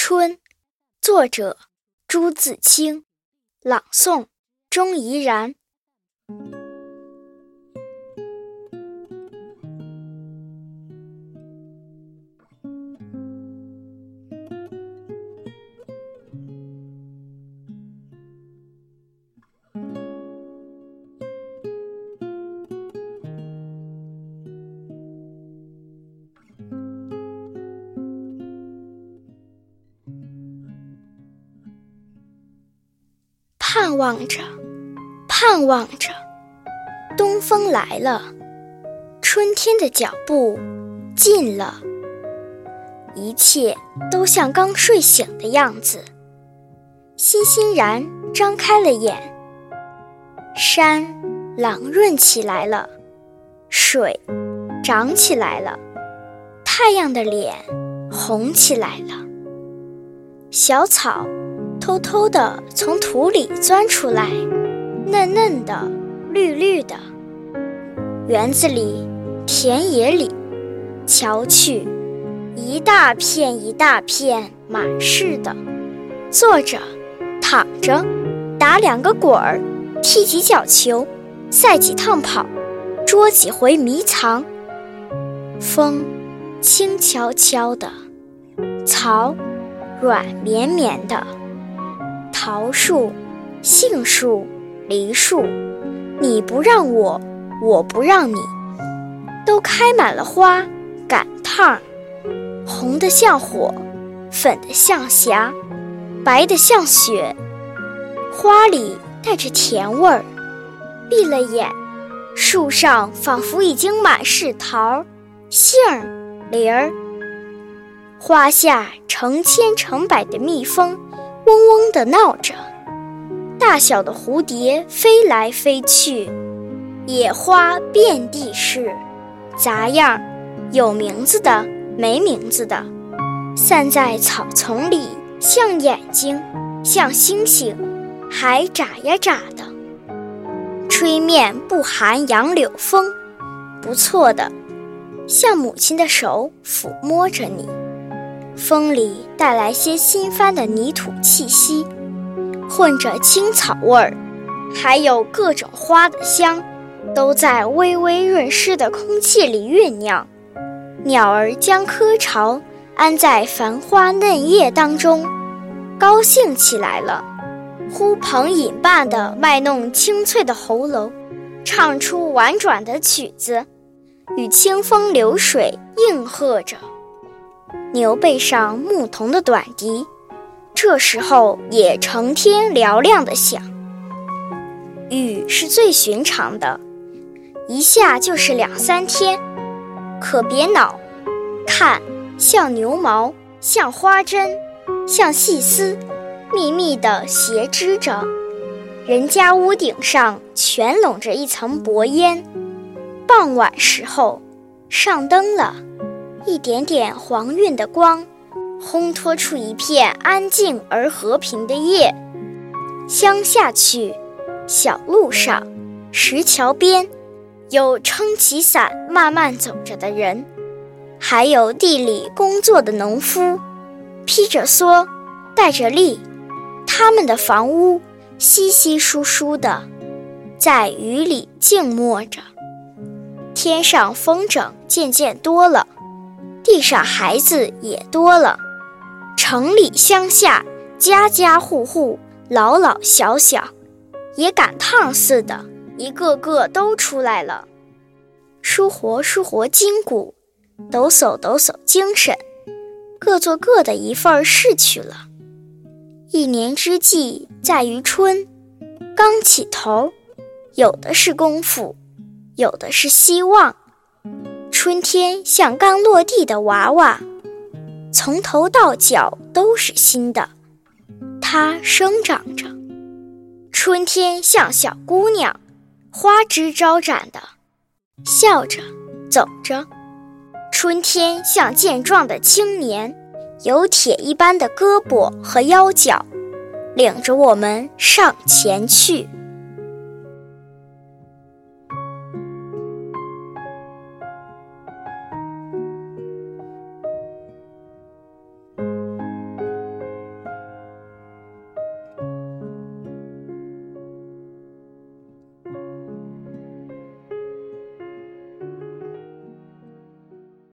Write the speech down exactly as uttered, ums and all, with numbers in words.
春，作者朱自清，朗诵钟怡然。盼望着，盼望着，东风来了，春天的脚步近了，一切都像刚睡醒的样子，欣欣然张开了眼。山朗润起来了，水涨起来了，太阳的脸红起来了，小草偷偷地从土里钻出来，嫩嫩的，绿绿的。园子里，田野里，瞧去，一大片一大片满是的，坐着，躺着，打两个滚儿，踢几脚球，赛几趟跑，捉几回迷藏。风轻悄悄的，草软绵绵的，桃树、杏树、梨树，你不让我，我不让你，都开满了花，赶趟，红得像火，粉得像霞，白得像雪，花里带着甜味儿。闭了眼，树上仿佛已经满是桃、杏儿、梨儿，花下成千成百的蜜蜂嗡嗡地闹着，大小的蝴蝶飞来飞去，野花遍地是，杂样，有名字的，没名字的，散在草丛里，像眼睛，像星星，还眨呀眨的。吹面不寒杨柳风，不错的，像母亲的手抚摸着你。风里带来些新翻的泥土气息，混着青草味儿，还有各种花的香，都在微微润湿的空气里酝酿。鸟儿将窠巢安在繁花嫩叶当中，高兴起来了，呼朋引伴地卖弄清脆的喉咙，唱出婉转的曲子，与清风流水应和着。牛背上牧童的短笛，这时候也成天嘹亮地响。雨是最寻常的，一下就是两三天，可别恼，看，像牛毛，像花针，像细丝，密密地斜织着。人家屋顶上全笼着一层薄烟，傍晚时候上灯了，一点点黄晕的光烘托出一片安静而和平的夜。乡下去，小路上，石桥边，有撑起伞慢慢走着的人，还有地里工作的农夫，披着蓑，带着笠，他们的房屋稀稀疏疏的，在雨里静默着。天上风筝渐渐多了，地上孩子也多了，城里乡下，家家户户，老老小小，也赶趟似的，一个个都出来了，舒活舒活筋骨，抖擞抖擞精神，各做各的一份事去了。一年之计在于春，刚起头，有的是功夫，有的是希望。春天像刚落地的娃娃，从头到脚都是新的，它生长着。春天像小姑娘，花枝招展的，笑着走着。春天像健壮的青年，有铁一般的胳膊和腰脚，领着我们上前去。